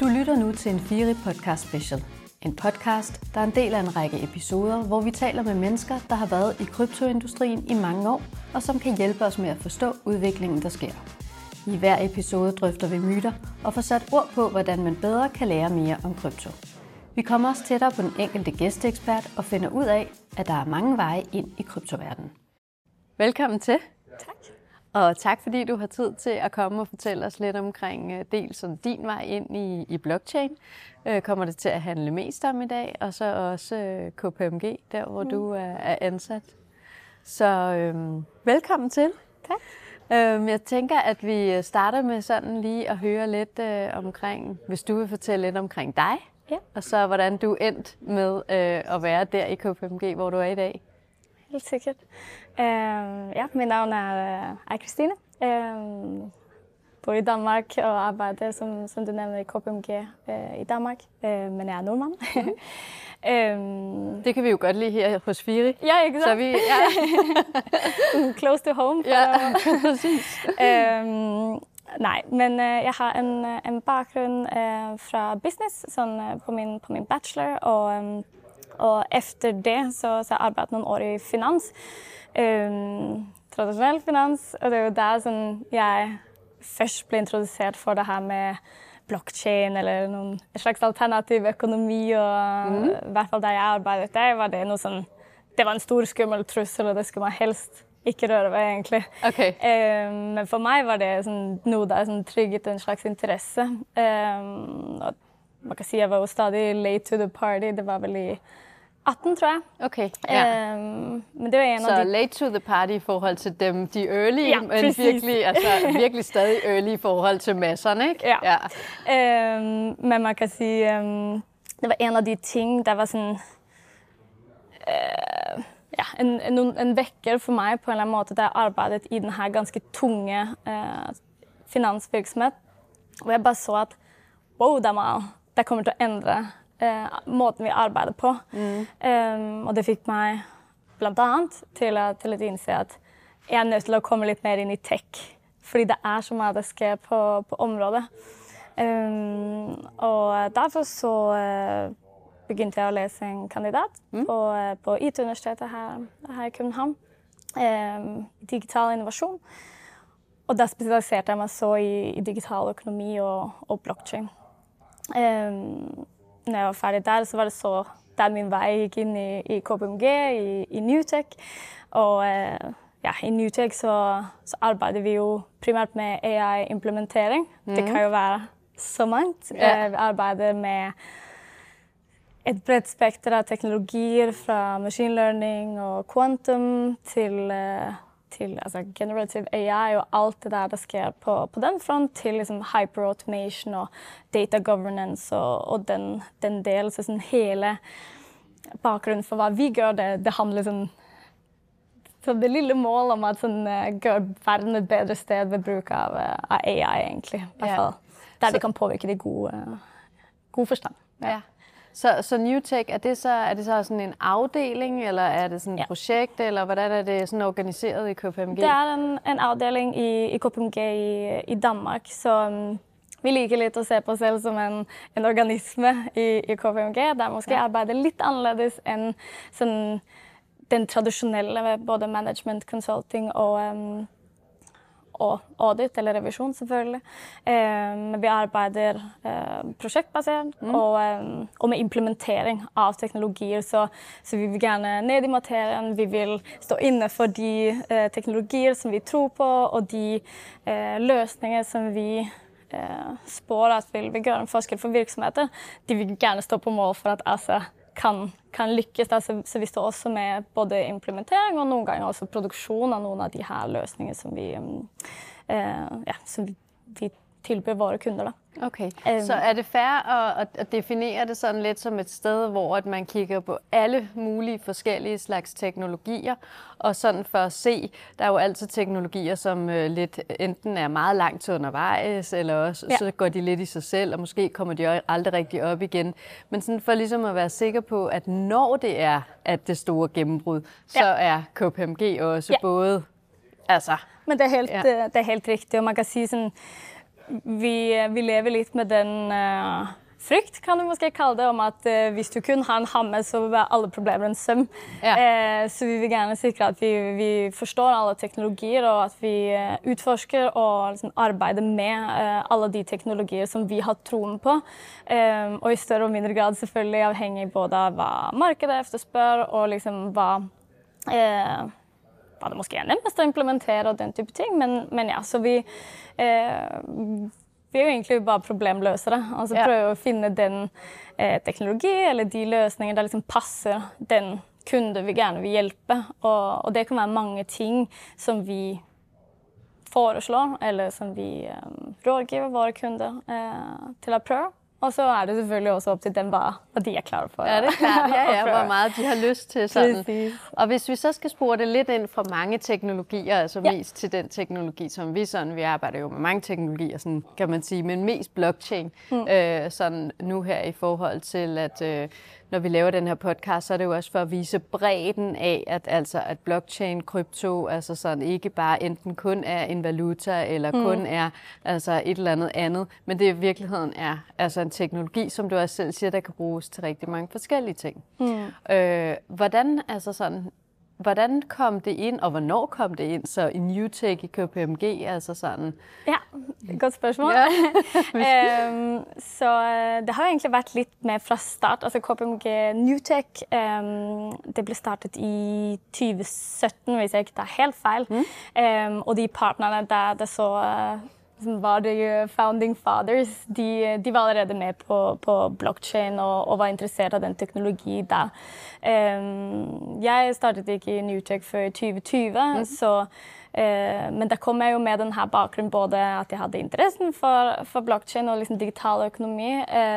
Du lytter nu til en FIRI podcast special. En podcast, der er en del af en række episoder, hvor vi taler med mennesker, der har været i kryptoindustrien i mange år, og som kan hjælpe os med at forstå udviklingen, der sker. I hver episode drøfter vi myter og får sat ord på, hvordan man bedre kan lære mere om krypto. Vi kommer også tættere på den enkelte gæsteekspert og finder ud af, at der er mange veje ind i kryptoverdenen. Velkommen til. Tak. Og tak fordi du har tid til at komme og fortælle os lidt omkring dels om din vej ind i blockchain. Kommer det til at handle mest om i dag, og så også KPMG, der hvor du er ansat. Så velkommen til. Tak. Jeg tænker, at vi starter med sådan lige at høre lidt omkring, hvis du vil fortælle lidt omkring dig, ja. Og så hvordan du endte med at være der i KPMG, hvor du er i dag. Helt sikkert. Ja, mit navn er Christine. Bor i Danmark og arbejder, som du nævnte, i KPMG i Danmark, men jeg er nordmand. Det kan vi jo godt lide her hos FIRI. Ja, ikke sant? Så vi, ja. Close to home. Ja, præcis. Nej, men jeg har en baggrund fra business sådan, på min bachelor, og efter det så arbejdede jeg nogle år i finans. Traditionel finans, og det er jo der sådan, jeg først blev introduceret for det her med blockchain eller en slags alternativ økonomi, og i hvert fall da jeg arbejdede der, var det noget sådan, det var en stor skummel trussel, og det skulle man helst ikke røre ved egentlig. Okay. Men for mig var det sådan, noget, der sådan, trygget en slags interesse. Og man kan sige, at jeg var jo stadig late to the party, det var vel i 18, tror jeg. Okay, ja. Men det var en så af de... late to the party i forhold til dem, de early, ja, men virkelig stadig early i forhold til masserne, ikke? Ja. Ja. Men man kan sige, det var en af de ting, der var sådan... ja, en vækker for mig på en eller anden måde, da jeg arbejdede i den her ganske tunge finansvirksomhed. Og jeg bare så, at wow, der kommer til at ændre måten vi arbejder på. Og det fik mig blandt andet til at indse, at jeg er nødt til at komme lidt mere ind i tech, fordi det er så meget, der sker på området. Og derfor så begyndte jeg at læse en kandidat på IT-universitetet her i København, digital innovation. Og der specialiserede jeg mig så i digital økonomi og blockchain. Når jeg var færdig der, så var det så, der min vej gik ind i KPMG, i Newtek. Og ja, i Newtek så arbejder vi jo primært med AI-implementering. Det kan jo være så mangt. Vi arbejder med et bredt spekter af teknologier fra machine learning og quantum til altså generative AI og alt det der sker på den front, til liksom hyperautomation og data governance og den del. Så sådan hele bakgrunnen for hvad vi gør, det handler sådan det lille mål om at sådan, gøre verden et bedre sted ved brug af AI egentlig. I hvert fald. Der vi kan påvirke det gode forstand. Ja. Så Newtek, er det så sådan en afdeling, eller er det sådan et projekt, eller hvordan er det sådan organiseret i KPMG? Det er en afdeling i KPMG i Danmark, så vi liker lidt at se på os selv som en organisme i KPMG, der måske arbejder lidt anderledes end sådan den traditionelle med både management, consulting og audit eller revision selvfølgelig. Men vi arbejder projektbaseret og med implementering af teknologier. Så vi vil gerne ned i materien. Vi vil stå inde for de teknologier, som vi tror på, og de løsninger, som vi spår at vil gøre en forskel for virksomheder. De vil gerne stå på mål for at altså kan lykkes. Altså, så vi står også med både implementering og nogle gange også produktion af nogle af de her løsninger, som vi tilbyder vores kunder. Okay, så er det fair at definere det sådan lidt som et sted, hvor at man kigger på alle mulige forskellige slags teknologier, og sådan for at se, der er jo altid teknologier, som lidt enten er meget langt undervejs, eller også så går de lidt i sig selv, og måske kommer de aldrig rigtig op igen. Men sådan for ligesom at være sikker på, at når det er at det store gennembrud, så er KPMG også både, altså... Men det er helt rigtigt, og man kan sige sådan, vi lever lidt med den frygt, kan du måske kalde det, om at hvis du kun har en hammer, så vil alle problemer en søm. Ja. Så vi vil gerne sikre at vi forstår alle teknologier, og at vi utforsker og liksom arbejder med alle de teknologier, som vi har troen på. Og i større og mindre grad selvfølgelig afhængig både af, hvad markedet efterspørger, og liksom hvad det måske er nemmest at implementere og den type ting. Men ja, så vi er jo egentlig bare problemløsere, og så prøver at finde den teknologi eller de løsninger, der liksom passer den kunde vi gerne vil hjælpe. Og det kan være mange ting, som vi foreslår, eller som vi rådgiver våre kunder til at prøve. Og så er det selvfølgelig også op til dem, hvad de er klar for. Ja, det er klart. Ja, hvor meget de har lyst til sådan. Og hvis vi så skal spore det lidt ind fra mange teknologier, altså mest til den teknologi, som vi arbejder jo med mange teknologier, sådan kan man sige, men mest blockchain, sådan nu her i forhold til, at når vi laver den her podcast, så er det jo også for at vise bredden af, at blockchain, krypto, altså sådan ikke bare enten kun er en valuta, eller kun er altså et eller andet, men det i virkeligheden er altså en teknologi, som du også selv siger, der kan bruges til rigtig mange forskellige ting. Hvordan kom det ind, og hvornår kom det ind så i NewTech i KPMG, altså sådan? Ja, godt spørgsmål. Ja. Så det har jo egentlig været lidt med fra start. Altså KPMG NewTech, det blev startet i 2017, hvis jeg ikke tager helt fejl. Og de partnerne, der så var det founding fathers, de var allerede med på blockchain og var interesseret af den teknologi der. Jeg startede ikke i NewTech før 2020, så men der kom jeg jo med den her bakgrund, både at jeg havde interessen for blockchain og liksom digital økonomi,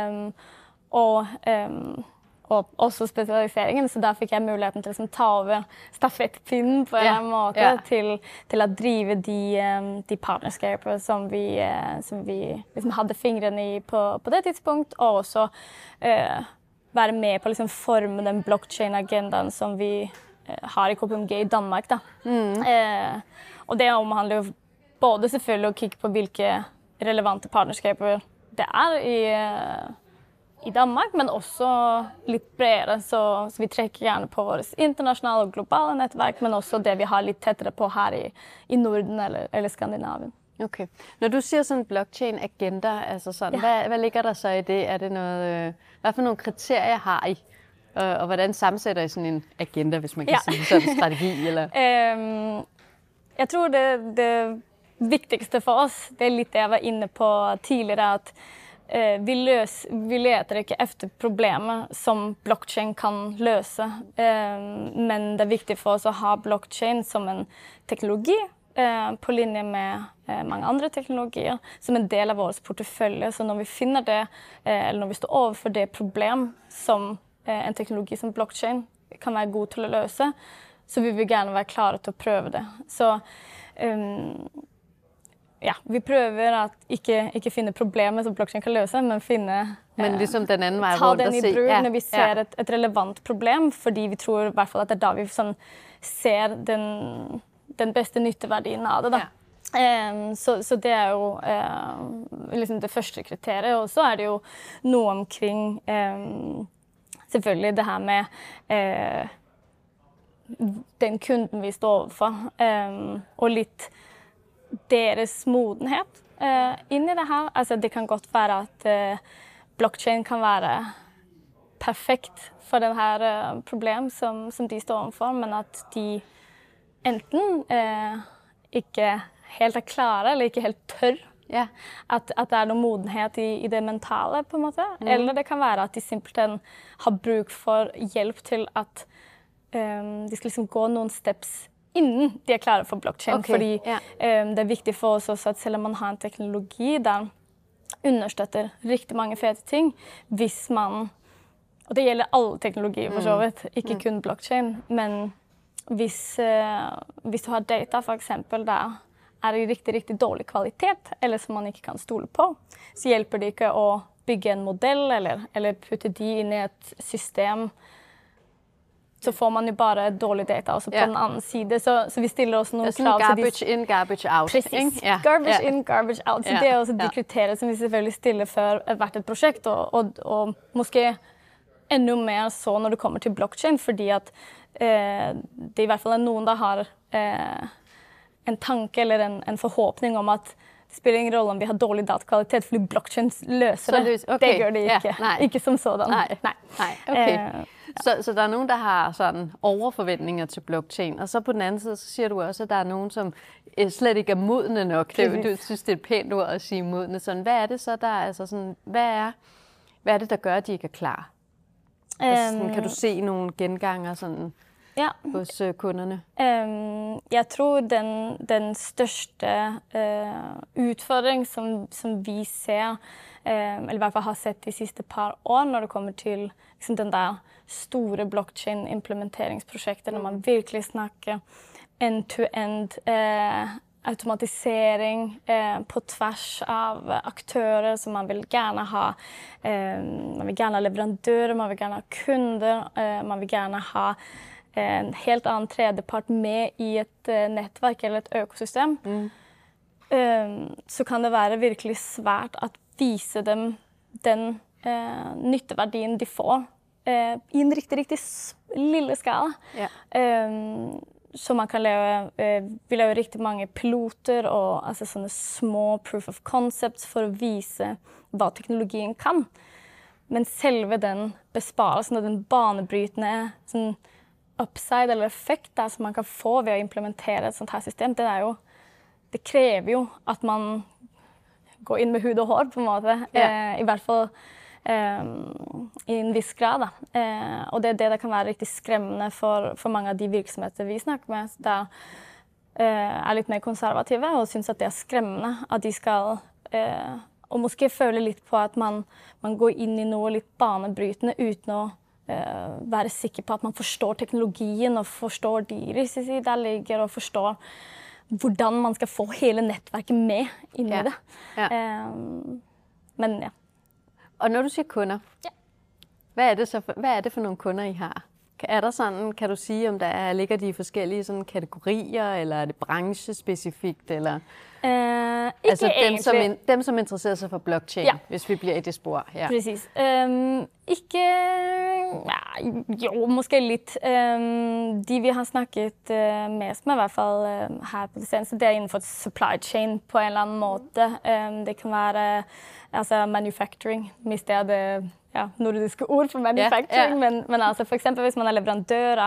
og også specialiseringen, så der fik jeg muligheden til at tage over stafettpinden på en eller anden måde til at drive de partnerskaber, som vi liksom havde fingrene i på det tidspunkt, og også være med på liksom forme den blockchain-agendaen, som vi har i KPMG i Danmark. Da. Og det omhandler jo både selvfølgelig at kigge på, hvilke relevante partnerskaber det er i Danmark, men også lidt bredere, så vi trækker gerne på vores internationale og globale netværk, men også det, vi har lidt tættere på her i Norden eller Skandinavien. Okay. Når du siger sådan en blockchain-agenda, altså sådan, hvad ligger der så i det? Er det noget, hvad for nogle kriterier har I? Og hvordan sammensætter I sådan en agenda, hvis man kan sige sådan en strategi? Eller? Jeg tror, det vigtigste for os, det er lidt det, jeg var inde på tidligere, at vi leter ikke efter problemer, som blockchain kan løse. Men det er vigtigt for os at have blockchain som en teknologi, på linje med mange andre teknologier, som en del af vores portefølje. Så når vi finder det, eller når vi står over for det problem, som en teknologi som blockchain kan være god til at løse, så vil vi gerne være klare til at prøve det. Så vi prøver at ikke finde problemer, som blockchain kan løse, men finde ligesom den anden vej rundt ta den i brug, når vi ser et relevant problem, fordi vi tror i hvert fald, at det er da vi sådan ser den bedste nytteværdien av det. Da. Så det er jo liksom det første kriteriet, og så er det jo noe omkring selvfølgelig det her med den kunden vi står overfor, og lidt deres modenhet inn i det her. Altså, det kan godt være at blockchain kan være perfekt for den her problem som de står overfor, men at de enten ikke helt er klare, eller ikke helt tør. At det er noe modenhet i det mentale, på en måte. Eller det kan være at de simpelthen har brug for hjelp til at de skal liksom gå noen steps innen de er klare for blockchain. Okay, fordi det er vigtigt for os også, at selvom man har en teknologi, der understøtter rigtig mange fede ting, hvis man, og det gælder alle teknologier for så vidt, ikke kun blockchain, men hvis du har data for eksempel, der er i rigtig dårlig kvalitet, eller som man ikke kan stole på, så hjælper det ikke at bygge en model, eller putte de ind i et system så får man jo bare dårlig data også på den anden side. Så vi stiller også nogle krav til garbage in, garbage out. Præcis. Ja. Garbage in, garbage out. Så det er også de kriterier, som vi selvfølgelig stiller for hvert et projekt, og måske endnu mere så, når det kommer til blockchain, fordi at det i hvert fall er nogen, der har en tanke eller en forhåpning om, at det spiller ingen rolle om vi har dårlig datakvalitet, fordi blockchain løser det. Okay. Det gør det ikke. Ikke som sådan. Nej. Okay. Så der er nogen, der har sådan overforventninger til blockchain, og så på den anden side, så siger du også, at der er nogen, som slet ikke er modne nok. Du synes, det er et pænt ord at sige modne. Sådan, hvad er det så, der altså sådan, hvad er det, der gør, at de ikke er klar? Altså, kan du se nogle genganger sådan hos kunderne? Jeg tror, den største udfordring, som vi ser, eller i hvert fall har sett de sidste par år, når det kommer til liksom, den der store blockchain-implementeringsprojekter, når man virkelig snakker end-to-end automatisering på tværs av aktører, som man vil gerne ha. Man vil gerne ha leverandører, man vil gerne ha kunder, man vil gerne ha en helt annen tredjepart med i et nettverk eller et økosystem. Så kan det være virkelig svært at vise dem den nytteverdien de får i en riktig lille skala. Så man kan vi laver rigtig mange piloter og altså sånne små proof of concepts for at vise, hvad teknologien kan. Men selve den besparelsen og den banebrytende sådan, upside eller effekt der, som man kan få ved at implementere et sånt her system, det kræver jo, at man går ind med hud og hår på en måde, i hvert fall i en viss grad. Og det er det, der kan være rigtig skræmmende for mange af de virksomheder, vi snakker med, der er lidt mere konservative og synes, at det er skræmmende, at de skal og måske føle lidt på, at man går ind i noget lidt banebrytende, uden at være sikker på, at man forstår teknologien og forstår de risici der ligger, og forstår, hvordan man skal få hele netværket med ind i det. Men ja. Og når du siger kunder, hvad er det for nogle kunder, I har? Er der sådan, kan du sige, om ligger de i forskellige sådan kategorier, eller er det branchespecifikt, eller altså dem, som interesserer sig for blockchain, hvis vi bliver i det spor. Ja. Præcis. Jo, måske lidt. De vi har snakket mest med, i hvert fall her på det seneste, det er inden for supply chain på en eller anden måde. Det kan være altså manufacturing, hvis det er det nordiske ord for manufacturing, men altså for eksempel hvis man er leverandør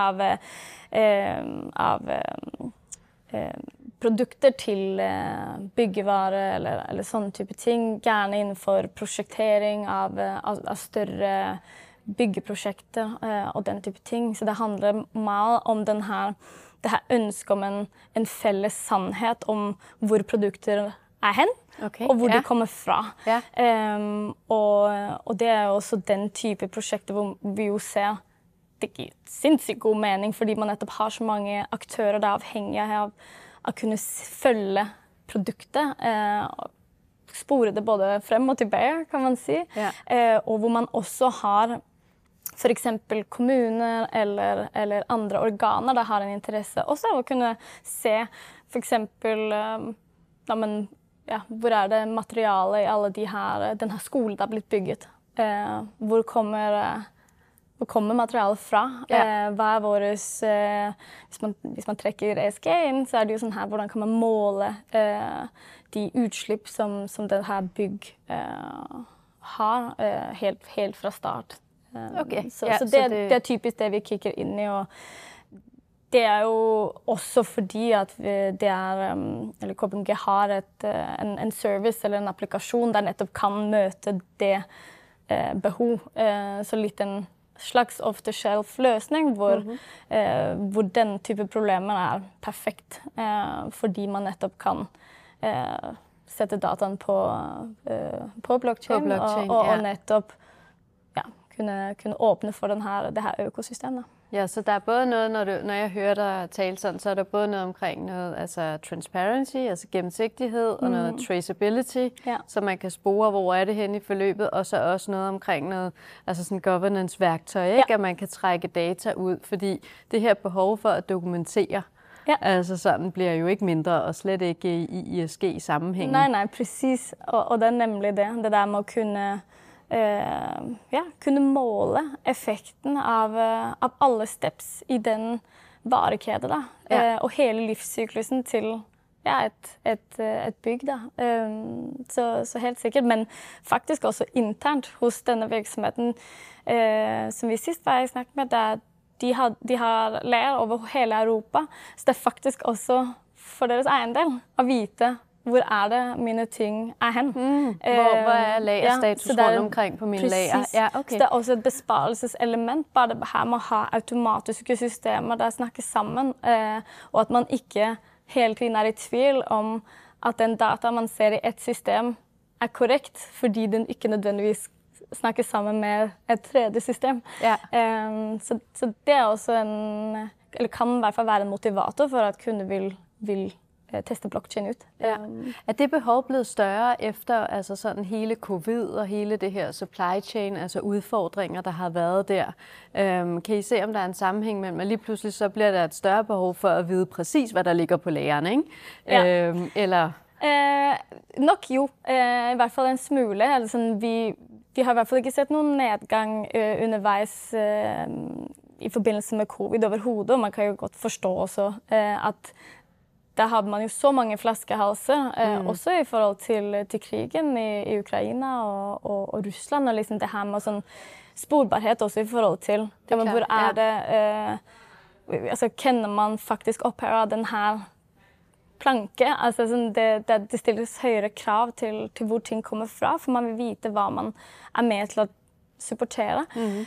av produkter til byggevare eller sånne type ting, gerne innenfor projektering av større byggeprojekter og den type ting. Så det handler meget om det her ønsket om en fælles sandhed om hvor produkter er hen, og hvor de kommer fra. Og det er også den type projekter hvor vi jo ser det giver sindssygt god mening, fordi man netop har så mange aktører der er afhængige av at kunne følge produktet, spore det både frem og tilbage, kan man sige. Og hvor man også har for eksempel kommuner eller andre organer der har en interesse også av at kunne se for eksempel hvor er det materiale i alle den her skole der er blitt bygget. Hvor kommer materialet fra? Hvad er vores, hvis man trekker ESG ind, så er det jo sådan her, hvordan kan man måle de udslip, som det her bygg har helt fra start. Så det er typisk det, vi kigger ind i, og det er jo også fordi, at eller KPMG har en service eller en applikation, der netop kan møte det behov. Så lidt en slags off-the-shelf løsning, hvor den type problemer er perfekt, fordi man netop kan sætte dataen på blockchain, og netop kunne åbne for det her økosystemet. Ja, så der er både noget, når jeg hører dig tale sådan, så er der både noget omkring noget, altså transparency, altså gennemsigtighed, og noget traceability, så man kan spore, hvor er det henne i forløbet, og så også noget omkring noget, altså sådan governance-værktøj, ikke? At man kan trække data ud, fordi det her behov for at dokumentere, altså sådan bliver jo ikke mindre, og slet ikke i ISG-sammenhængen. Nej, præcis. Og det er nemlig det der med at kunne måle effekten av alle steps i den varekæde, da. Og hele livscyklusen til et bygg, da. Så helt sikkert, men faktisk også internt hos denne virksomheten, som vi sidst var i snak med, der de har lært over hele Europa, så det er faktisk også for deres egen del at vite, hvor er det mine ting er hen. Hvor er lagerstatus rundt omkring på mine lager? Ja, okay. Så det er også et besparelseselement, bare det her med at have automatiske systemer, der snakker sammen, og at man ikke hele tiden er i tvivl om, at den data, man ser i et system, er korrekt, fordi den ikke nødvendigvis snakker sammen med et tredje system. Så det er også eller kan i hvert fall være en motivator for at kunde vil teste blockchain ud. Er det behov blevet større efter altså sådan hele covid og hele det her supply chain, altså udfordringer, der har været der? Kan I se, om der er en sammenhæng mellem, at lige pludselig så bliver der et større behov for at vide præcis, hvad der ligger på lagerne, ikke? Eller? Nok jo, i hvert fall en smule. Altså, vi har i hvert fall ikke set nogen nedgang undervejs i forbindelse med covid overhovedet, og man kan jo godt forstå også, at der har man jo så mange flaskehalser, også i forhold til krigen i Ukraina og Rusland, og liksom det her med sådan sporbarhed også i forhold til, hvor er det, altså kender man faktisk ophører den her planke, altså sådan det stilles højere krav til hvor ting kommer fra, for man vil vite, hvad man er med til at supportere.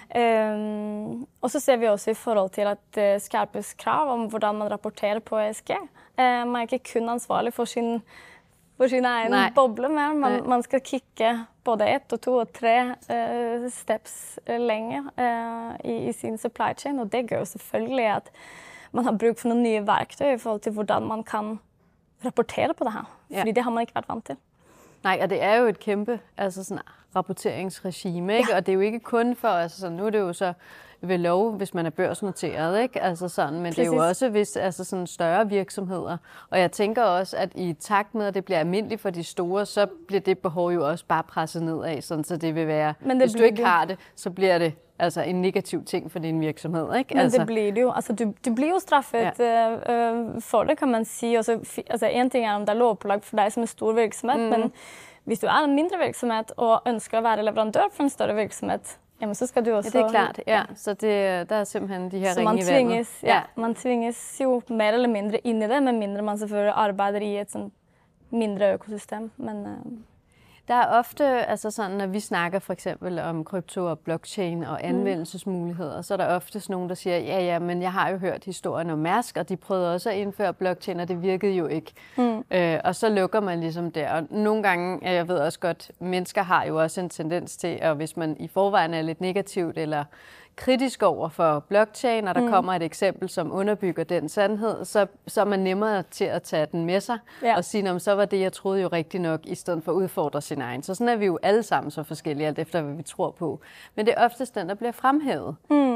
Og så ser vi også i forhold til at skærpes krav om, hvordan man rapporterer på ESG. Man er ikke kun ansvarlig for sin egen boble, men man skal kigge både 1 og 2 og 3 steps længere i sin supply chain, og det gør jo selvfølgelig, at man har brug for nogle nye værktøj i forhold til, hvordan man kan rapportere på det her, fordi det har man ikke været vant til. Nej, og det er jo et kæmpe altså sådan rapporteringsregime, ikke? Og det er jo ikke kun for, altså sådan, nu er det jo så ved lov, hvis man er børsnoteret, ikke? Altså sådan, men det er jo også hvis altså sådan større virksomheder. Og jeg tænker også, at i takt med, at det bliver almindeligt for de store, så bliver det behov jo også bare presset nedad, sådan, så det vil være, hvis du ikke har det, så bliver det altså en negativ ting for din virksomhed, ikke? Men det bliver det jo. Altså, du bliver jo straffet for det, kan man sige. Altså, en ting er, om det er lovpålagt for dig som en stor virksomhed, men hvis du er en mindre virksomhed og ønsker at være leverandør for en større virksomhed, jamen så skal du også... Ja, det er klart, Så der er simpelthen de her ringe i vandet. Man tvinges jo mer eller mindre ind i det, med mindre man selvfølgelig arbejder i et sådan mindre økosystem. Men, der er ofte, altså sådan, når vi snakker for eksempel om krypto og blockchain og anvendelsesmuligheder, så er der oftest nogen, der siger, ja, men jeg har jo hørt historien om Mærsk, og de prøvede også at indføre blockchain, og det virkede jo ikke. Og så lukker man ligesom der. Og nogle gange, jeg ved også godt, mennesker har jo også en tendens til, at hvis man i forvejen er lidt negativt eller kritisk over for blockchain, og der kommer et eksempel, som underbygger den sandhed, så er man nemmere til at tage den med sig og sige, så var det, jeg troede jo rigtigt nok, i stedet for at udfordre sin egen. Så sådan er vi jo alle sammen så forskellige, alt efter hvad vi tror på. Men det er oftest den, der bliver fremhævet.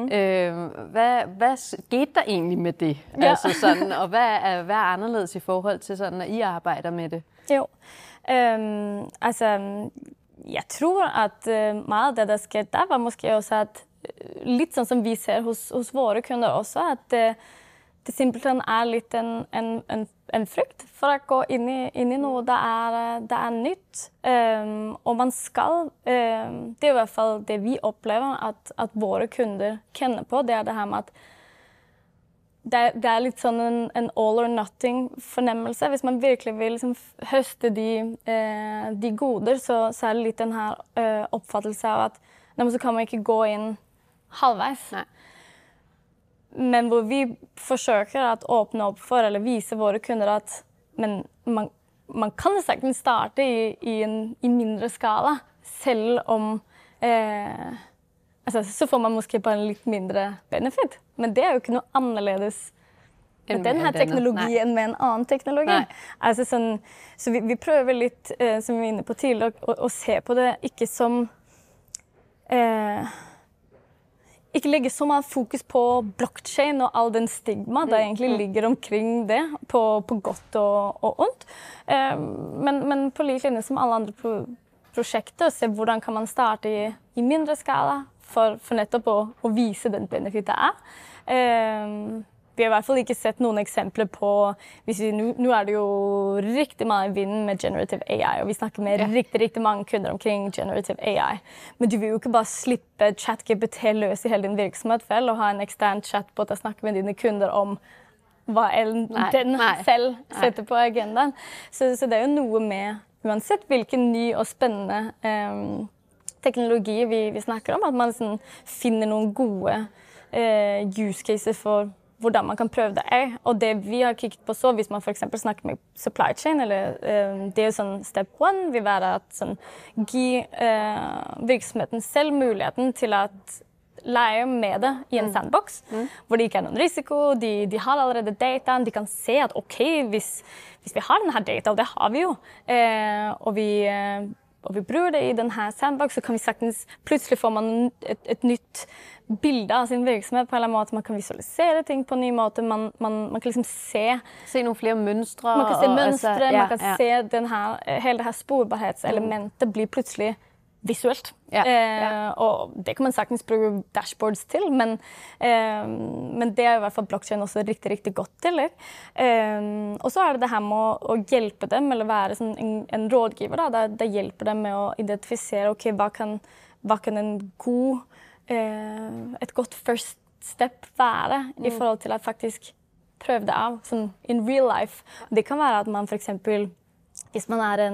Hvad skete der egentlig med det? Altså sådan, og hvad er anderledes i forhold til sådan, når I arbejder med det? Jo, altså jeg tror, at meget af det, der skete der, var måske også, at lidt sådan som vi ser hos våre kunder også, at det simpelthen er lidt en frygt for at gå ind i noget, der er nyt. Og man skal, det er i hvert fall det vi oplever, at våre kunder kender på, det er det her med, at det er lidt sådan en all or nothing fornemmelse. Hvis man virkelig vil liksom høste de goder, så er det lidt den her opfattelse av at så kan man ikke gå ind halvvejs. Nej. Men hvor vi forsøger at åbne op for, eller vise våre kunder, at man kan sagtens starte i mindre skala, selv om så får man måske bare en lidt mindre benefit. Men det er jo ikke noget anderledes med den her teknologi end med en anden teknologi. Altså sådan, så vi prøver lidt, som vi er inde på til, at se på det ikke som... ikke lægge så meget fokus på blockchain og all den stigma, der egentlig ligger omkring det, på godt og ondt. Men på lige linje som alle andre projekter, se hvordan kan man starte i mindre skala for netop at vise den benefit, der er. Vi har i hvert fall ikke sett noen eksempler på, nu er det jo rigtig meget i vinden med generative AI, og vi snakker med rigtig mange kunder omkring generative AI. Men du vil jo ikke bare slippe ChatGPT løs i hele din virksomhed, vel, og ha en ekstern chatbot og snakke med dine kunder om hvad den selv sætter på agendaen. Så det er jo noget med, uansett hvilken ny og spændende teknologi vi snakker om, at man sådan finder nogle gode use cases for hvordan man kan prøve det af. Og det vi har kigget på så, hvis man for eksempel snakker med supply chain, eller det er sådan step 1, vil være at sådan, give virksomheden selv muligheden til at lege med det i en sandbox, hvor det ikke er nogen risiko, de har allerede dataen, de kan se at okay, hvis vi har den her data, og det har vi jo, og vi bruger det i den her sandbox, så kan vi sagtens, pludselig får man et nyt billede af sin virksomhed på en eller anden måde. Man kan visualisere ting på en ny måde. Man kan ligesom se nogle flere mønstre. Man kan se mønstre, man kan se den her, hele det her sporbarhedselement bliver pludselig visuelt. Og det kan man sagtens bruge dashboards til, men det er i hvert fald blockchain også rigtig godt til. Og så er det her med at hjælpe dem, eller være sådan en rådgiver, der hjælper dem med at identificere, okay, hvad kan en god, et godt first step være i forhold til at faktisk prøve det af sådan in real life. Det kan være at man for eksempel, hvis man er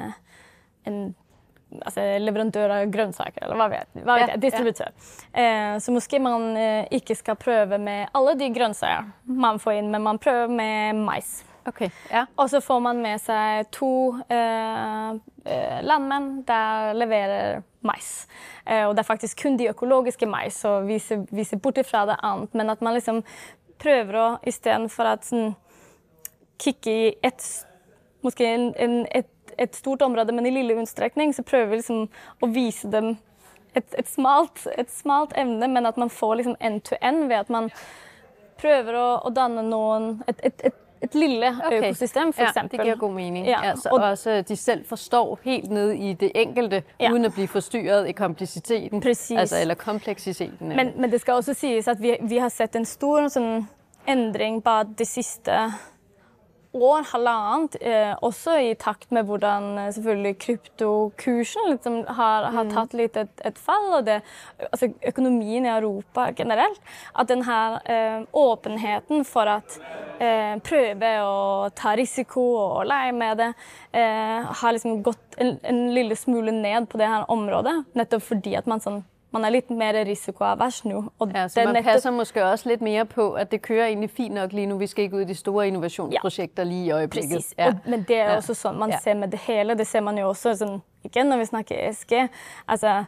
en leverandør af grøntsager, eller hvad vet jeg, distributør. Så måske man ikke skal prøve med alle de grøntsager man får ind, men man prøver med majs. Okay, ja. Og så får man med sig 2 landmænd, der leverer majs. Og det er faktisk kun de økologiske majs, så vi ser bort fra det andet, men at man liksom prøver at, i stedet for at sådan, kigge i måske et stort område, men i lille udstrækning, så prøver vi liksom at vise dem et smalt emne, men at man får liksom end-to-end ved at man prøver at danne et lille økosystem, for eksempel. Det giver god mening. Ja. Altså, og også de selv forstår helt ned i det enkelte, uden at blive forstyrret i kompliciteten. Præcis. Altså, eller kompleksiteten. Men det skal også siges, at vi har sett en stor sådan, ændring bare det sidste halvandet, også i takt med hvordan selvfølgelig kryptokursen liksom, har taget lidt et fald, og det, altså økonomien i Europa generelt, at den her åbenheden for at prøve at ta risiko og lege med det, har liksom gått en lille smule ned på det her området, netop fordi at man er lidt mere risikoavers nu. Og så man passer måske også lidt mere på, at det kører egentlig fint nok lige nu. Vi skal ikke ud i de store innovationsprojekter lige i øjeblikket. Præcis. Ja. Men det er også sådan, man ser med det hele. Det ser man jo også sådan, igen, når vi snakker ESG. Altså,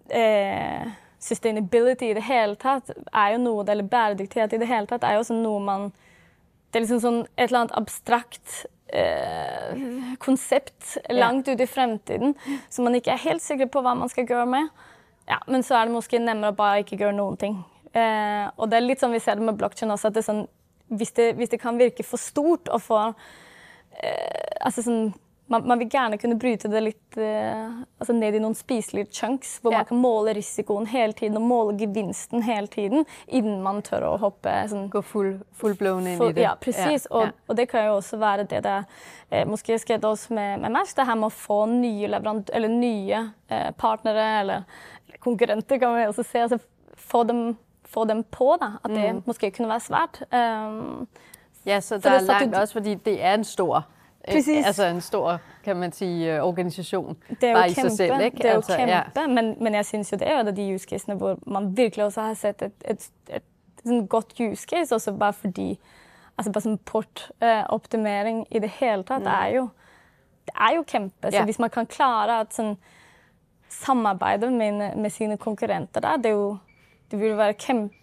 sustainability i det hele taget er jo noget, eller bæredygtighed i det hele taget er jo sådan noget, det er ligesom sådan et eller andet abstrakt koncept langt ud i fremtiden, så man ikke er helt sikker på, hvad man skal gøre med. Ja, men så er det måske nemmere bare ikke gøre nogen ting. Og det er lidt som vi ser det med blockchain også, at det er sådan, hvis det kan virke for stort og for, altså sådan, man vil gerne kunne bryte det lidt altså ned i nogle spiselige chunks, hvor man kan måle risikoen hele tiden og måle gevinsten hele tiden, inden man tør at hoppe. Sådan, gå full-blown ind i det. Ja, præcis. Og det kan jo også være det der, måske skete også med Mærsk, det her med at få nye partnere, eller konkurrenter kan man også se, altså få dem på der, at det måske kunne være svært. Ja, så der er langt også, fordi det er en stor, altså en stor, kan man sige, organisation. Det er jo bare kæmpe, i sig selv, ikke? Det er jo kæmpe, men jeg synes jo, det er jo de use casene, hvor man virkelig også har set et sådan godt use case, også bare fordi, altså bare sådan portoptimering i det hele taget, det er jo kæmpe. Så hvis man kan klare at sådan, samarbejde med sine konkurrenter der. Det vil være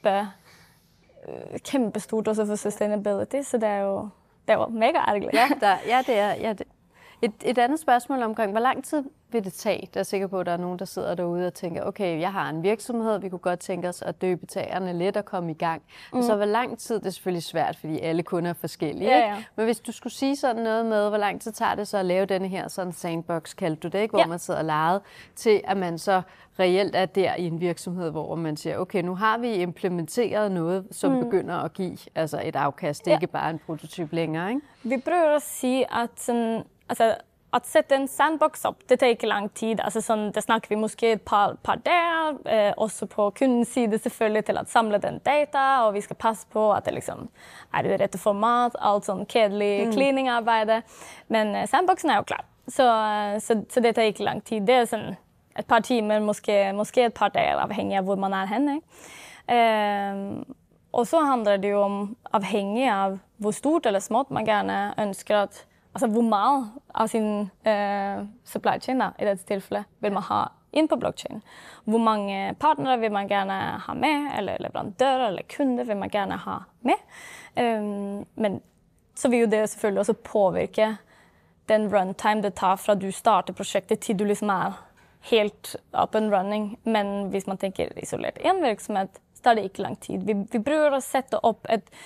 kæmpestort også for sustainability, så det er jo mega ærgerligt. Ja, det er. Ja, et andet spørgsmål omkring, hvor lang tid vil det tage? Der er sikker på, at der er nogen, der sidder derude og tænker, okay, jeg har en virksomhed, vi kunne godt tænke os at døbe tagerne lidt og komme i gang. Og så hvor lang tid, det er selvfølgelig svært, fordi alle kunder er forskellige. Ja. Ikke? Men hvis du skulle sige sådan noget med, hvor lang tid tager det så at lave denne her sådan sandbox, kaldte du det, ikke? Hvor man sidder og leger, til at man så reelt er der i en virksomhed, hvor man siger, okay, nu har vi implementeret noget, som begynder at give altså et afkast. Det er ikke bare en prototyp længere, ikke? Vi prøver at sige, at at sætte en sandbox op, det tager ikke lang tid. Altså sådan, der snakker vi måske et par dage, også på kundens side selvfølgelig til at samle den data, og vi skal passe på, at det liksom er i det rette format, alt sådan kedelig cleaning-arbejde. Men sandboxen er jo klar, så det tager ikke lang tid. Det er sådan et par timer, måske et par dage, afhængig af hvor man er henne. Ikke? Og så handler det jo om, afhængig af hvor stort eller småt man gerne ønsker at altså, hvor meget af sin supply chain i dette tilfælde vil man have ind på blockchain. Hvor mange partnere vil man gerne have med, eller leverandører eller kunder vil man gerne have med. Men så vil jo det selvfølgelig også påvirke den runtime det tager fra du starter projektet til du liksom er helt up and running. Men hvis man tænker isoleret en virksomhed, så tager det ikke lang tid. Vi prøver at sætte op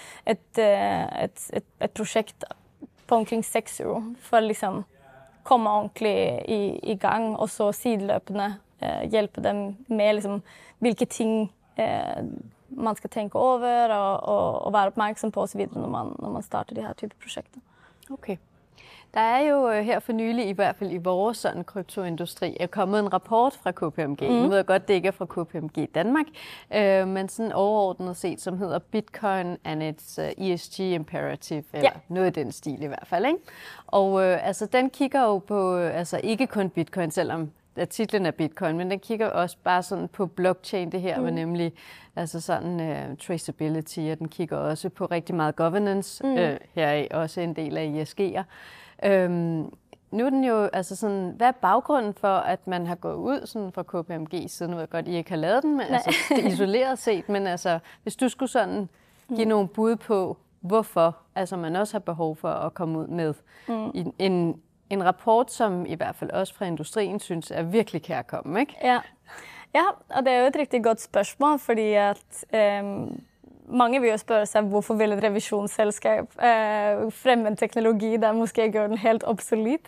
et projekt på omkring 6 år, for at liksom komme ordentligt i gang, og så sideløbende hjælpe dem med liksom, hvilke ting man skal tænke over, og være opmærksom på osv., når man starter de her type projekter. Okay. Der er jo her for nylig, i hvert fald i vores sådan kryptoindustri, er kommet en rapport fra KPMG. Nu ved jeg godt, det ikke er fra KPMG Danmark, men sådan overordnet set, som hedder Bitcoin and its ESG Imperative, eller noget i den stil i hvert fald. Ikke? Og altså, den kigger jo på, altså ikke kun Bitcoin, selvom titlen er Bitcoin, men den kigger også bare sådan på blockchain, det her, med nemlig altså sådan traceability, og den kigger også på rigtig meget governance, her er også en del af ESG'er. Nu er den jo, altså sådan, hvad er baggrunden for, at man har gået ud sådan fra KPMG siden? Nu ved jeg godt, I ikke har lavet den, men altså, isoleret set, men altså, hvis du skulle sådan give nogle bud på, hvorfor altså, man også har behov for at komme ud med en rapport, som i hvert fald også fra industrien synes er virkelig kærkommen, ikke? Ja, og det er jo et rigtig godt spørgsmål, fordi at mange vil jo spørge sig, hvorfor vil et revisionsselskab fremme en teknologi, der måske gør den helt obsolet.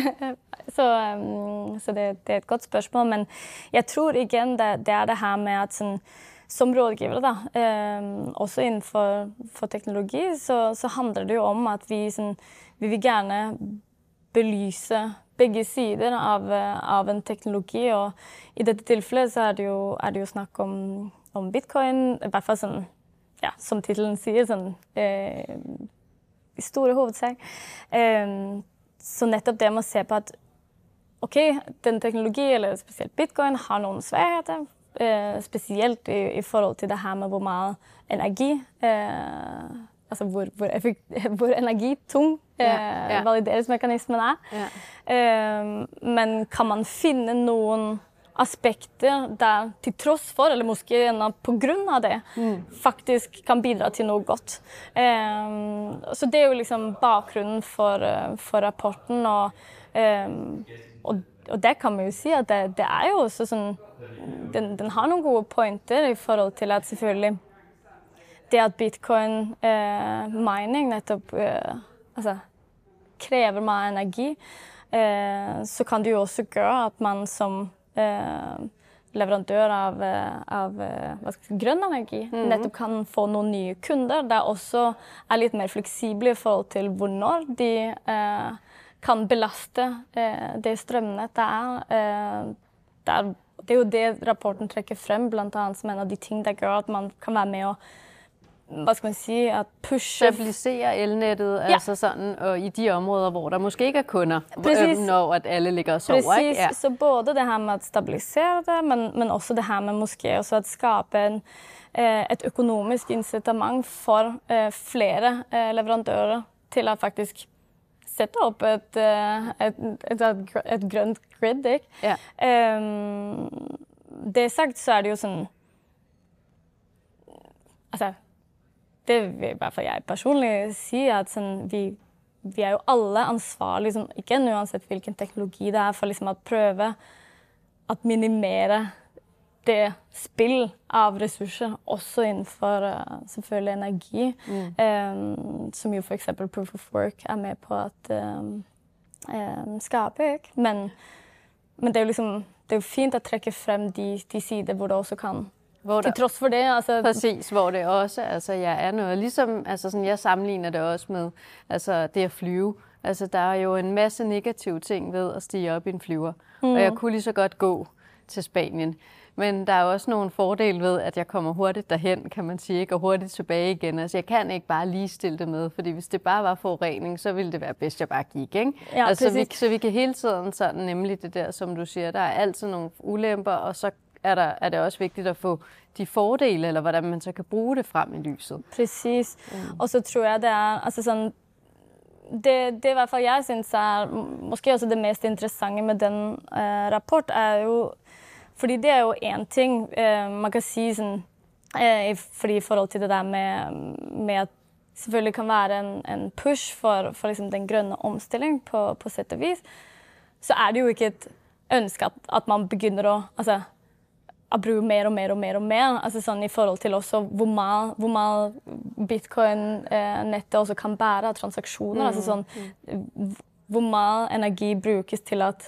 Så det er et godt spørgsmål, men jeg tror igen, det er det her med, at sådan, som rådgivere, også inden for teknologi, så handler det jo om, at vi vil gerne belyse begge sider av en teknologi, og i dette tilfælde så er det jo snak om Bitcoin, i hvert fall sådan, ja, som titlen siger, sådan, i store hovedsak. Så netop det man ser på, at okay, den teknologi, eller specielt Bitcoin, har nogle svagheder, specielt i forhold til det her med, hvor meget energi, altså hvor energitung valideringsmekanismen er. Men kan man finde nogle aspekter der til trods for, eller måske på grund af det, faktisk kan bidra til noget godt. Så det er jo liksom bakgrunden for rapporten, og der kan man jo sige, at det er jo også sådan, den har nogle gode pointer i forhold til at selvfølgelig det at Bitcoin mining netop altså, kræver meget energi, så kan det jo også gøre, at man som leverandør av grønn energi netop kan få nogle nye kunder, der også er lidt mere fleksible i forhold til hvornår de kan belaste det strømnet der er. Det er jo det rapporten trekker frem, blandt andet som en av de ting, der gør, at man kan være med og hvad skal man sige, at pushe... Stabilisere elnettet, altså sådan, og i de områder, hvor der måske ikke er kunder, når at alle ligger og sover. Præcis, ikke? Ja. Så både det her med at stabilisere det, men også det her med måske også at skabe et økonomisk incitament for flere leverandører til at faktisk sætte op et grønt grid, ikke? Ja. Det sagt, så er det jo sådan, altså, det vil bare for jeg personligt sige, at sådan, vi er jo alle ansvarlige, sådan, igen uansett hvilken teknologi det er, for ligesom at prøve at minimere det spill av ressurser, også innenfor selvfølgelig energi, som jo for eksempel Proof of Work er med på at skabe, ikke? Men det er jo liksom, det er jo fint at trekke frem de sider, hvor det også kan, til trods for det. Altså, præcis, hvor det også er noget. Ligesom sådan, jeg sammenligner det også med det at flyve. Altså, der er jo en masse negative ting ved at stige op i en flyver. Og jeg kunne lige så godt gå til Spanien. Men der er også nogle fordele ved, at jeg kommer hurtigt derhen, kan man sige, ikke? Og hurtigt tilbage igen. Altså, jeg kan ikke bare lige stille det med, fordi hvis det bare var forurening, så ville det være bedst, jeg bare gik, ikke? Ja, altså, så vi kan hele tiden sådan, nemlig det der, som du siger, der er altid nogle ulemper, og så er det også vigtigt at få de fordele, eller hvordan man så kan bruge det frem i lyset. Præcis. Og så tror jeg, det er, altså sådan, det i hvert fall jeg synes er måske også det mest interessante med den rapport, er jo, fordi det er jo en ting, man kan sige sådan, fordi i forhold til det der med at selvfølgelig kan være en push for liksom den grønne omstilling på sett og vis, så er det jo ikke et ønske at man begynner at bruge mer og mer, altså sånn i forhold til også hvor meget bitcoin-nettet også kan bære av transaksjoner, altså sånn hvor meget energi brukes til at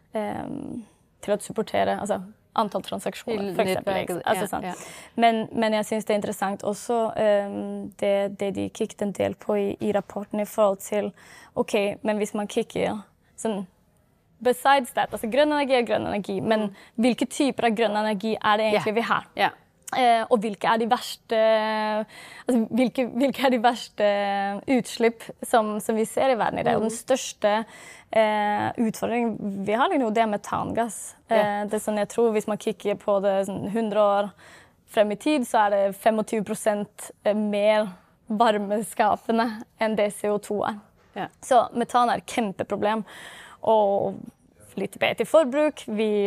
supportere, altså antall transaksjoner, for eksempel. Altså, sånn. Ja. Men jeg synes det er interessant også det de kikket en del på i rapporten i forhold til, ok, men hvis man kikker sånn, besides that, altså grønn energi, men hvilke typer av grønn energi er det egentlig vi har? Ja. Og hvilke er de verste, altså hvilke er de verste utslipp som vi ser i verden i dag? Og den største utfordringen vi har lige nu, det er metangass. Det er sådan, jeg tror, hvis man kigger på det sådan 100 år frem i tid, så er det 25% mer varmeskapende enn det CO2 er. Ja. Så metan er et kæmpeproblem. Og litt tilbake til forbruk.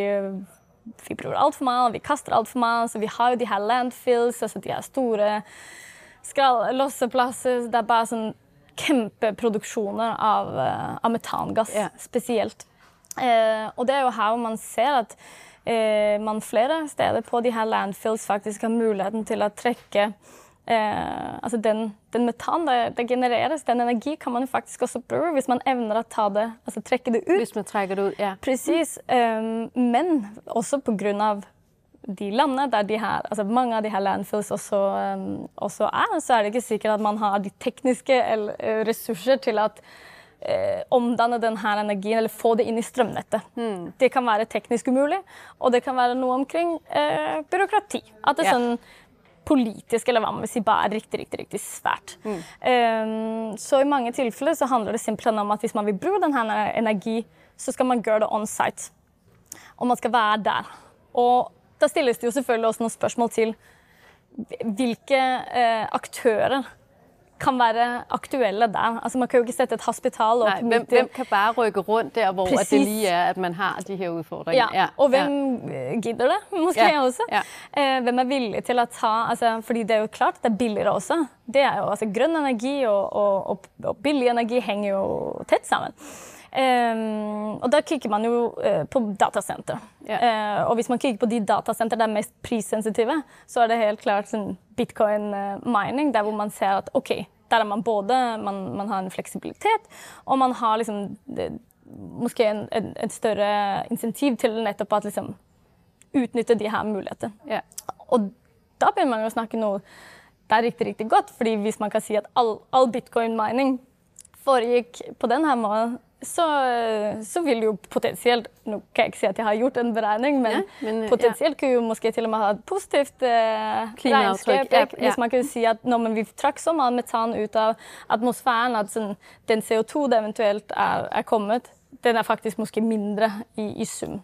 Vi bruger alt for meget, vi kaster alt for meget, så vi har jo de her landfills, altså de her store lossepladser. Det er bare sådan kæmpeproduksjoner av metangass, spesielt. Og det er jo her man ser at man flere steder på de her landfills faktisk har muligheten til at trekke altså den metan der genereres, den energi kan man jo faktisk også bruge, hvis man evner at ta det, altså trekke det ut. Hvis man trækker det ud, ja. Præcis, men også på grund av de landene der de her, altså mange av de her landfills også er, så er det ikke sikkert at man har de tekniske ressourcer til at omdanne den her energien, eller få det inn i strømnettet. Det kan være teknisk umulig, og det kan være noe omkring byråkrati. At det er sånn politisk, eller hva man vil si, bare riktig svært. Så i mange tilfeller så handler det simpelthen om at hvis man vil bruge den her energi, så skal man gøre det on-site. Og man skal være der. Og der stilles det jo selvfølgelig også nogle spørgsmål til, hvilke aktører kan være aktuelle der. Altså man kan jo ikke sætte et hospital op. Nej, hvem kan bare rykke rundt der, hvor det lige er, at man har de her udfordringer? Ja, og hvem gider det? Måske også. Ja. Hvem er villig til at tage, altså, fordi det er jo klart, det er billigere også. Det er jo, altså grøn energi og billig energi hænger jo tæt sammen. Og der kigger man jo på datacenter. Ja. Og hvis man kigger på de datacenter, der er mest prissensitive, så er det helt klart sådan bitcoin mining, der hvor man ser at okay, der er man både, man har en fleksibilitet, og man har liksom måske et større incentiv til netop at liksom utnytte de her muligheter. Ja. Og da bør man jo snakke noget, der er rigtig godt, fordi hvis man kan sige at all bitcoin mining foregik på den her måde, så vil jo potentielt, nu kan jeg ikke sige, at jeg har gjort en beregning, men potentielt kunne jo måske til og med have et positivt regnskab, hvis man kan sige, at når vi trækker så meget metan ud af atmosfæren, at sådan, den CO2, der eventuelt er kommet, den er faktisk måske mindre i sum.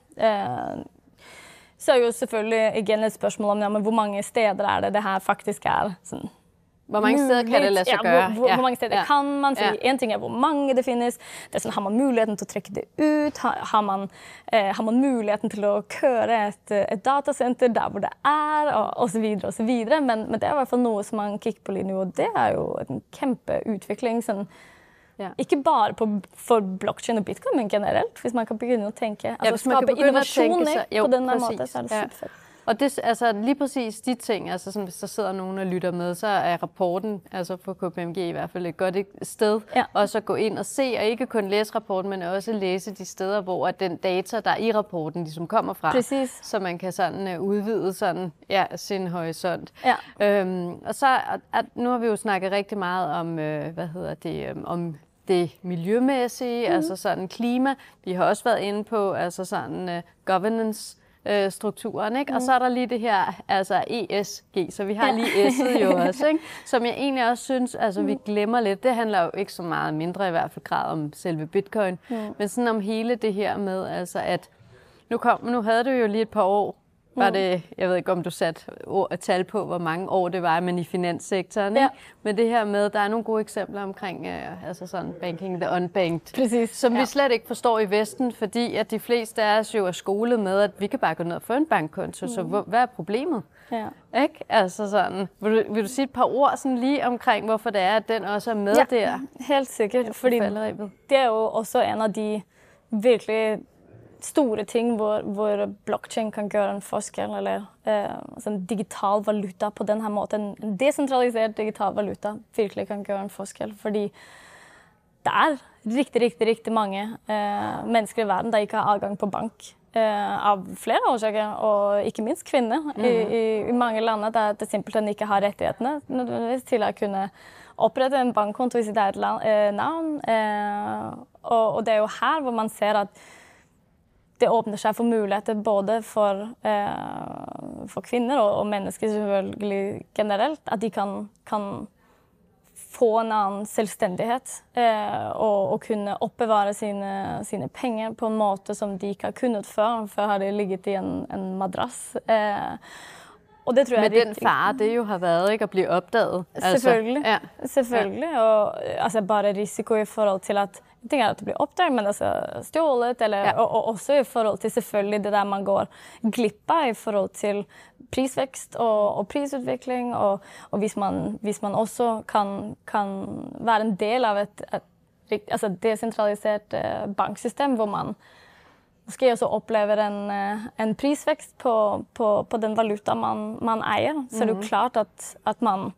Så er jo selvfølgelig igen et spørgsmål om, hvor mange steder er det her faktisk er sådan Hvor mange steder kan det lade sig gøre? Hvor mange steder kan man? Fordi en ting er, hvor mange det findes. Det er sådan, har man muligheden til at trække det ud? Har man muligheden til at køre et datacenter der, hvor det er? Og så videre, og så videre. Men det er i hvert fald noget, som man kigger på lige nu, og det er jo en kæmpe udvikling. Sådan, ikke bare for blockchain og bitcoin, men generelt, hvis man kan begynde at tænke. Altså skabe innovation på den her måde, så er det super fedt. Og det, altså lige præcis de ting, altså sådan, hvis der sidder nogen og lytter med, så er rapporten, altså for KPMG i hvert fald et godt sted, også at gå ind og se, og ikke kun læse rapporten, men også læse de steder, hvor den data, der er i rapporten, ligesom kommer fra. Præcis. Så man kan sådan udvide sådan, sin horisont. Og så, nu har vi jo snakket rigtig meget om, om det miljømæssige, altså sådan klima. Vi har også været inde på, altså sådan governance, strukturen, ikke? Og så er der lige det her, altså ESG, så vi har lige S'et jo også, ikke? Som jeg egentlig også synes, altså vi glemmer lidt. Det handler jo ikke så meget mindre i hvert fald grad om selve bitcoin, men sådan om hele det her med, altså at nu havde du jo lige et par år, var det, jeg ved ikke om du satte tal på, hvor mange år det var, men i finanssektoren, ikke? Men det her med, der er nogle gode eksempler omkring, altså sådan banking, the unbanked, som vi slet ikke forstår i Vesten, fordi at de fleste af os jo er skolet med, at vi kan bare gå ned og få en bankkonto, så hvad er problemet? Ikke? Altså sådan, vil du sige et par ord sådan lige omkring, hvorfor det er, at den også er med der? Helt sikkert, fordi det er jo også en af de virkelig store ting, hvor blockchain kan gøre en forskel, eller altså en digital valuta på den her måten. En decentraliseret digital valuta virkelig kan gøre en forskel, fordi der er rigtig mange mennesker i verden, der ikke har adgang på bank av flere årsaker, og ikke minst kvinder i mange lande, der simpelthen ikke har rettighetene nødvendigvis til at kunne oprette en bankkonto i sit eget navn. Og det er jo her, hvor man ser at det åbner sig for muligheder både for kvinder og mennesker selvfølgelig generelt, at de kan få en anden selvstændighed og kunne opbevare sine penge på en måde, som de ikke har kunnet før. Før har det ligget i en madras. Og det tror jeg med den fare, det jo har været, ikke, at blive opdaget. Selvfølgelig. Altså, selvfølgelig. Og altså bare risiko i forhold til at ting er at det blir oppdaget, men altså stjålet, eller, og også i forhold til selvfølgelig det der man går glip av i forhold til prisvækst og prisudvikling, og hvis man også kan være en del av et altså decentralisert banksystem, hvor man måske også oplever en prisvækst på den valuta man ejer, så er det jo klart at man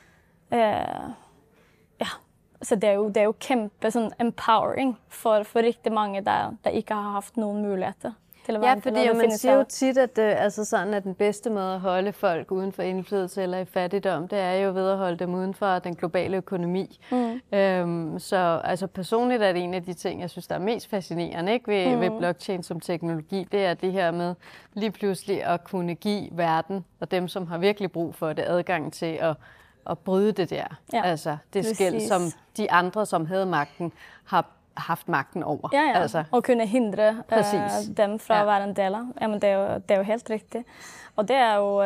så det er jo kæmpe sådan empowering for rigtig mange, der ikke har haft nogen muligheder til at være fordi man siger jo tit, at altså sådan, at den bedste måde at holde folk uden for indflydelse eller i fattigdom, det er jo ved at holde dem uden for den globale økonomi. Så altså personligt er det en af de ting, jeg synes, der er mest fascinerende, ikke, ved blockchain som teknologi, det er det her med lige pludselig at kunne give verden og dem, som har virkelig brug for det, adgang til at bryde det der. Altså det skel, som de andre, som havde magten, har haft magten over. Altså. Og kunne hindre dem fra at være en del af. Jamen, det er jo helt rigtigt. Og det er jo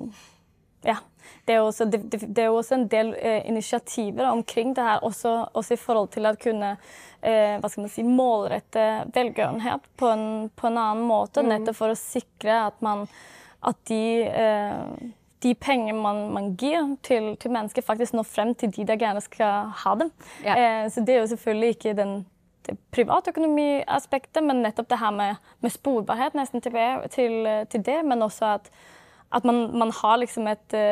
det er også en del initiativer omkring det her, også i forhold til at kunne hvad skal man sige, målrette velgørenhed på en anden måde, netop for at sikre at de penge, man giver til mennesker, faktisk når frem til de, der gerne skal have dem. Så det er jo selvfølgelig ikke det privatøkonomi-aspektet, men netop det her med sporbarhed næsten til det, men også at man har liksom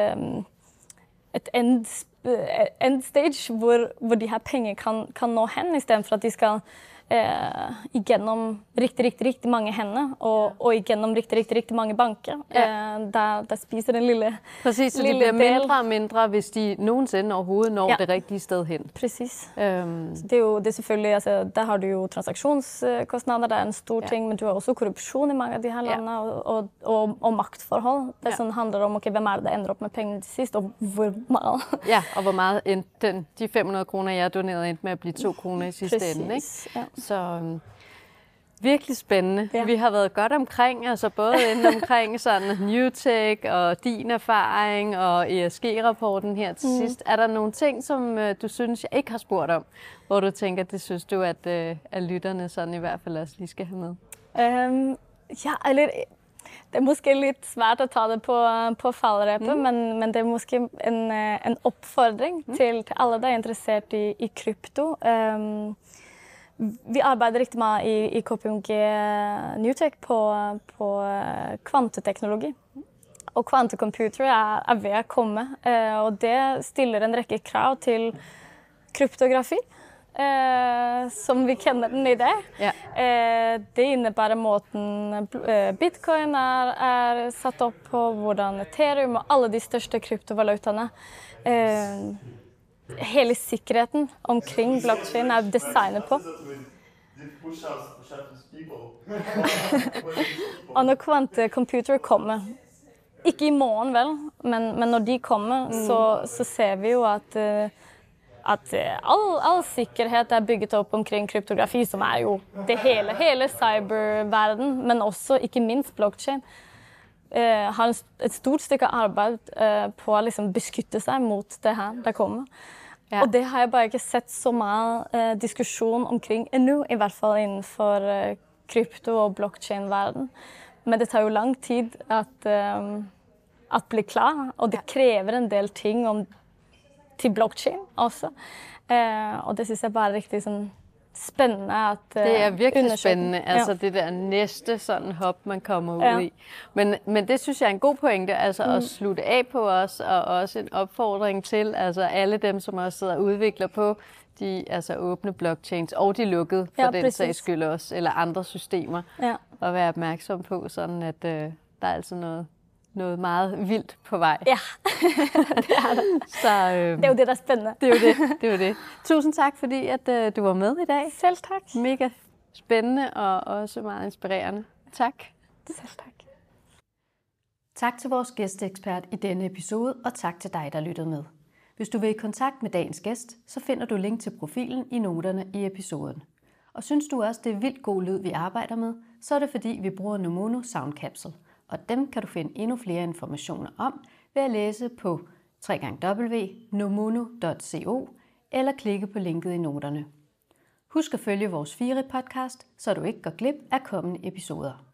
et endstage, hvor de her penge kan nå hen, i stedet for at de skal igennem rigtig mange hænder og igennem rigtig mange banker, der spiser den lille præcis, så lille det bliver mindre og mindre, hvis de nogensinde overhovedet når det rigtige sted hen. Præcis. Så det er selvfølgelig, altså, der har du jo transaktionskostnader, der er en stor ting, men du har også korruption i mange af de her lande, og magtforhold. Det sådan handler om, okay, hvem er det, der ender op med pengene til sidst, og hvor meget. Og hvor meget de 500 kroner, jeg donerede, endte med at blive 2 kroner i sidste ende, ikke? Så Virkelig spændende. Ja. Vi har været godt omkring, altså både inde omkring sådan New Tech og din erfaring og ESG-rapporten her til sidst. Er der nogle ting, som du synes, jeg ikke har spurgt om, hvor du tænker, det synes du, at lytterne sådan i hvert fald også lige skal have med? Det er måske lidt svært at tage det på fallrebet, men det er måske en opfordring til alle, der er interesseret i krypto. Vi arbejder rigtig meget i KPMG New Tech på kvanteteknologi. Og kvantecomputer er ved at komme, og det stiller en række krav til kryptografi, som vi kender den i dag. Ja. Det indebærer måten bitcoin er sat op på, hvordan Ethereum og alle de største kryptovalutaerne. Hele sikkerheden omkring blockchain er designet på. Og når kvantecomputer kommer, ikke i morgen vel, men når de kommer, så ser vi jo at all sikkerhed er bygget op omkring kryptografi, som er jo det hele cyberverden, men også ikke mindst blockchain. Har et stort stykke arbejde på at liksom beskytte sig mod det her, der kommer. Ja. Og det har jeg bare ikke set så meget diskussion omkring endnu, i hvert fald inden for krypto- og blockchain-verden. Men det tager jo lang tid at blive klar, og det kræver en del ting til blockchain også. Og det synes jeg bare er rigtig sådan spændende at det er virkelig spændende, altså det der næste sådan hop, man kommer ud i. Men det synes jeg er en god pointe, altså at slutte af på os, og også en opfordring til altså alle dem, som også sidder og udvikler på de altså åbne blockchains, og de lukkede for den sags skyld også, eller andre systemer, og være opmærksom på, sådan at der er altså noget meget vildt på vej. Ja, det er det. Så, det er jo det, der er spændende. Det er jo det. Tusind tak, fordi at du var med i dag. Selv tak. Mega spændende og også meget inspirerende. Tak. Selv tak. Tak til vores gæsteekspert i denne episode, og tak til dig, der lyttede med. Hvis du vil i kontakt med dagens gæst, så finder du link til profilen i noterne i episoden. Og synes du også, det er vildt god lyd, vi arbejder med, så er det fordi, vi bruger Numono Sound Capsule. Og dem kan du finde endnu flere informationer om ved at læse på www.numono.co eller klikke på linket i noterne. Husk at følge vores FIRE podcast, så du ikke går glip af kommende episoder.